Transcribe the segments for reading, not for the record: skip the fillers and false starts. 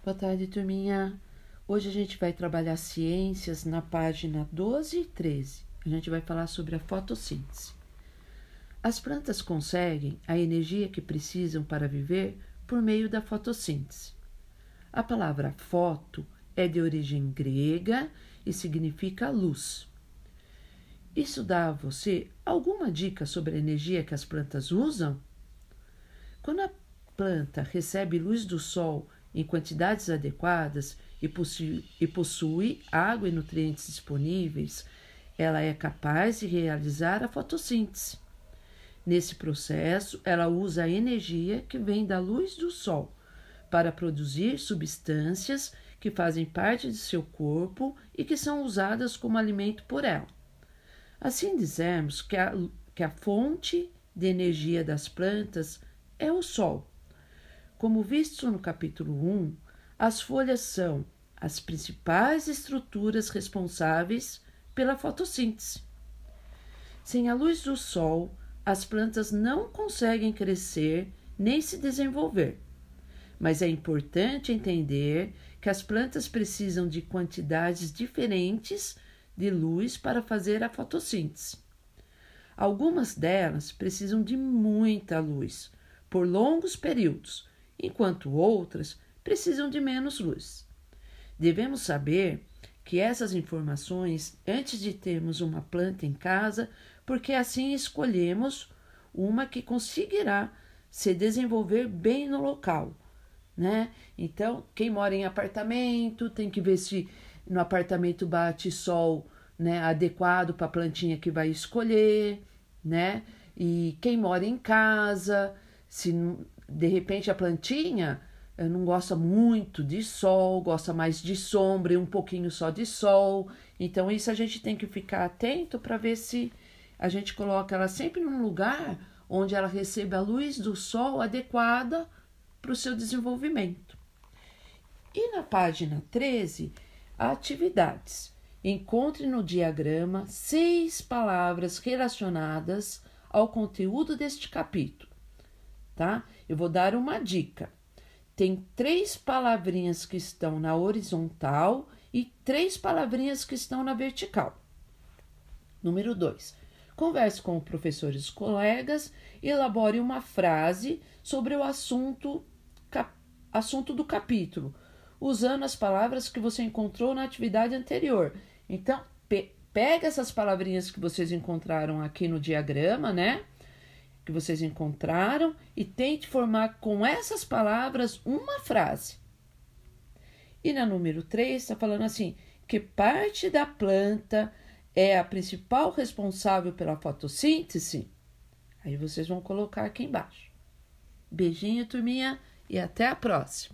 Boa tarde, turminha. Hoje a gente vai trabalhar ciências na página 12 e 13. A gente vai falar sobre a fotossíntese. As plantas conseguem a energia que precisam para viver por meio da fotossíntese. A palavra foto é de origem grega e significa luz. Isso dá a você alguma dica sobre a energia que as plantas usam? Quando a planta recebe luz do sol em quantidades adequadas e possui água e nutrientes disponíveis, ela é capaz de realizar a fotossíntese. Nesse processo, ela usa a energia que vem da luz do sol para produzir substâncias que fazem parte de seu corpo e que são usadas como alimento por ela. Assim dizemos que a fonte de energia das plantas é o sol. Como visto no capítulo 1, as folhas são as principais estruturas responsáveis pela fotossíntese. Sem a luz do sol, as plantas não conseguem crescer nem se desenvolver. Mas é importante entender que as plantas precisam de quantidades diferentes de luz para fazer a fotossíntese. Algumas delas precisam de muita luz, por longos períodos, enquanto outras precisam de menos luz. Devemos saber que essas informações antes de termos uma planta em casa, porque assim escolhemos uma que conseguirá se desenvolver bem no local, né? Então, quem mora em apartamento tem que ver se no apartamento bate sol, né, adequado para a plantinha que vai escolher, né? E quem mora em casa, se de repente a plantinha não gosta muito de sol, gosta mais de sombra e um pouquinho só de sol. Então isso a gente tem que ficar atento para ver se a gente coloca ela sempre num lugar onde ela receba a luz do sol adequada para o seu desenvolvimento. E na página 13, atividades. Encontre no diagrama 6 palavras relacionadas ao conteúdo deste capítulo. Tá? Eu vou dar uma dica. Tem 3 palavrinhas que estão na horizontal e 3 palavrinhas que estão na vertical. Número 2. Converse com o professor e os colegas e elabore uma frase sobre o assunto do capítulo, usando as palavras que você encontrou na atividade anterior. Então, pega essas palavrinhas que vocês encontraram aqui no diagrama, né? Que vocês encontraram e tente formar com essas palavras uma frase. E na número 3 está falando assim, que parte da planta é a principal responsável pela fotossíntese? Aí vocês vão colocar aqui embaixo. Beijinho, turminha, e até a próxima.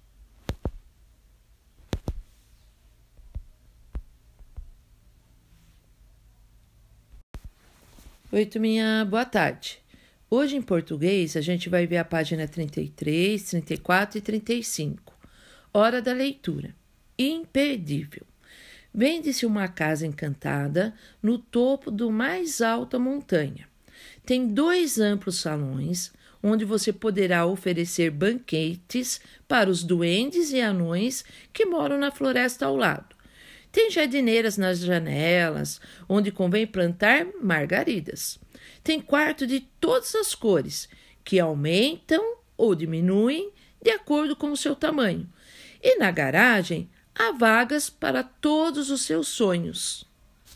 Oi, turminha, boa tarde. Hoje, em português, a gente vai ver a página 33, 34 e 35. Hora da leitura. Imperdível. Vende-se uma casa encantada no topo do mais alta montanha. Tem 2 amplos salões, onde você poderá oferecer banquetes para os duendes e anões que moram na floresta ao lado. Tem jardineiras nas janelas, onde convém plantar margaridas. Tem quarto de todas as cores, que aumentam ou diminuem de acordo com o seu tamanho. E na garagem, há vagas para todos os seus sonhos.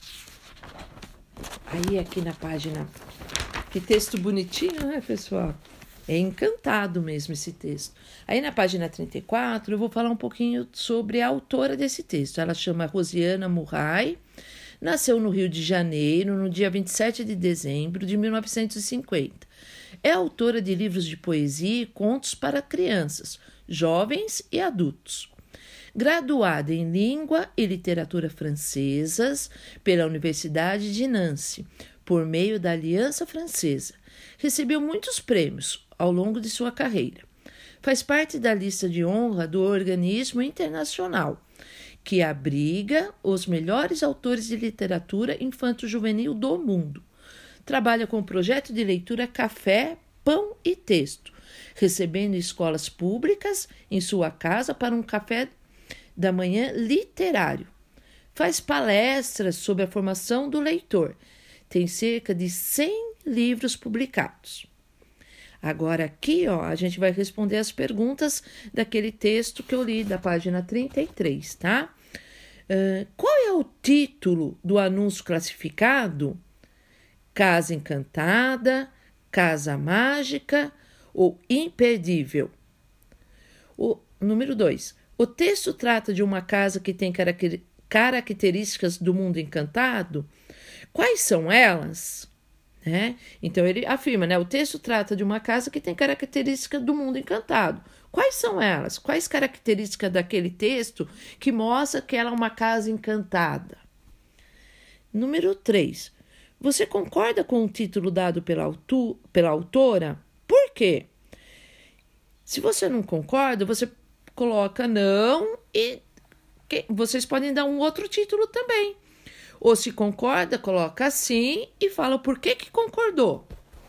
Aí aqui na página, que texto bonitinho, né, pessoal? É encantado mesmo esse texto. Aí na página 34 eu vou falar um pouquinho sobre a autora desse texto. Ela chama Rosiana Murray, nasceu no Rio de Janeiro no dia 27 de dezembro de 1950. É autora de livros de poesia e contos para crianças, jovens e adultos. Graduada em Língua e Literatura Francesas pela Universidade de Nancy, por meio da Aliança Francesa. Recebeu muitos prêmios ao longo de sua carreira. Faz parte da lista de honra do organismo internacional, que abriga os melhores autores de literatura infanto-juvenil do mundo. Trabalha com o projeto de leitura Café, Pão e Texto, recebendo escolas públicas em sua casa para um café da manhã literário. Faz palestras sobre a formação do leitor. Tem cerca de 100 livros publicados. Agora aqui, a gente vai responder as perguntas daquele texto que eu li, da página 33, tá? Qual é o título do anúncio classificado? Casa Encantada, Casa Mágica ou Imperdível? O número 2. O texto trata de uma casa que tem características do mundo encantado? Quais são elas? Então ele afirma, o texto trata de uma casa que tem características do mundo encantado. Quais são elas? Quais características daquele texto que mostra que ela é uma casa encantada? Número 3. Você concorda com o título dado pela autora? Por quê? Se você não concorda, você coloca não e vocês podem dar um outro título também. Ou se concorda, coloca sim e fala por que concordou.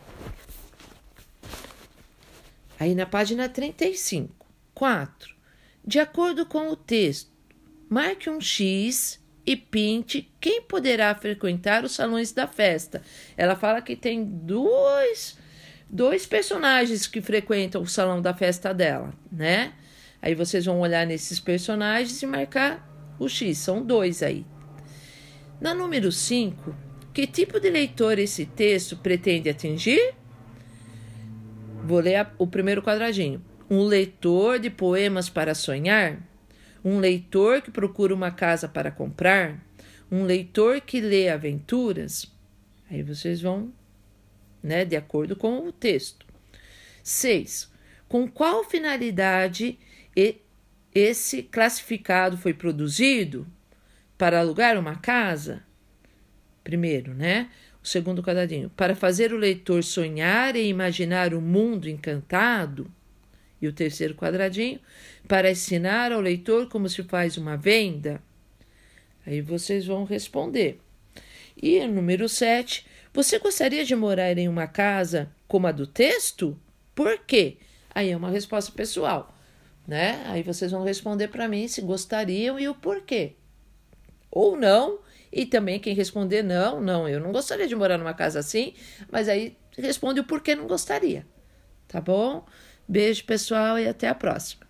Aí na página 35. 4. De acordo com o texto, marque um X e pinte quem poderá frequentar os salões da festa. Ela fala que tem dois personagens que frequentam o salão da festa dela, Aí vocês vão olhar nesses personagens e marcar o X. São 2 aí. Na número 5, que tipo de leitor esse texto pretende atingir? Vou ler o primeiro quadradinho. Um leitor de poemas para sonhar? Um leitor que procura uma casa para comprar? Um leitor que lê aventuras? Aí vocês vão, de acordo com o texto. 6. Com qual finalidade esse classificado foi produzido? Para alugar uma casa? Primeiro, O segundo quadradinho. Para fazer o leitor sonhar e imaginar um mundo encantado? E o terceiro quadradinho. Para ensinar ao leitor como se faz uma venda? Aí vocês vão responder. E o número 7. Você gostaria de morar em uma casa como a do texto? Por quê? Aí é uma resposta pessoal, Aí vocês vão responder para mim se gostariam e o porquê. Ou não, e também quem responder não, eu não gostaria de morar numa casa assim, mas aí responde o porquê não gostaria, tá bom? Beijo, pessoal, e até a próxima.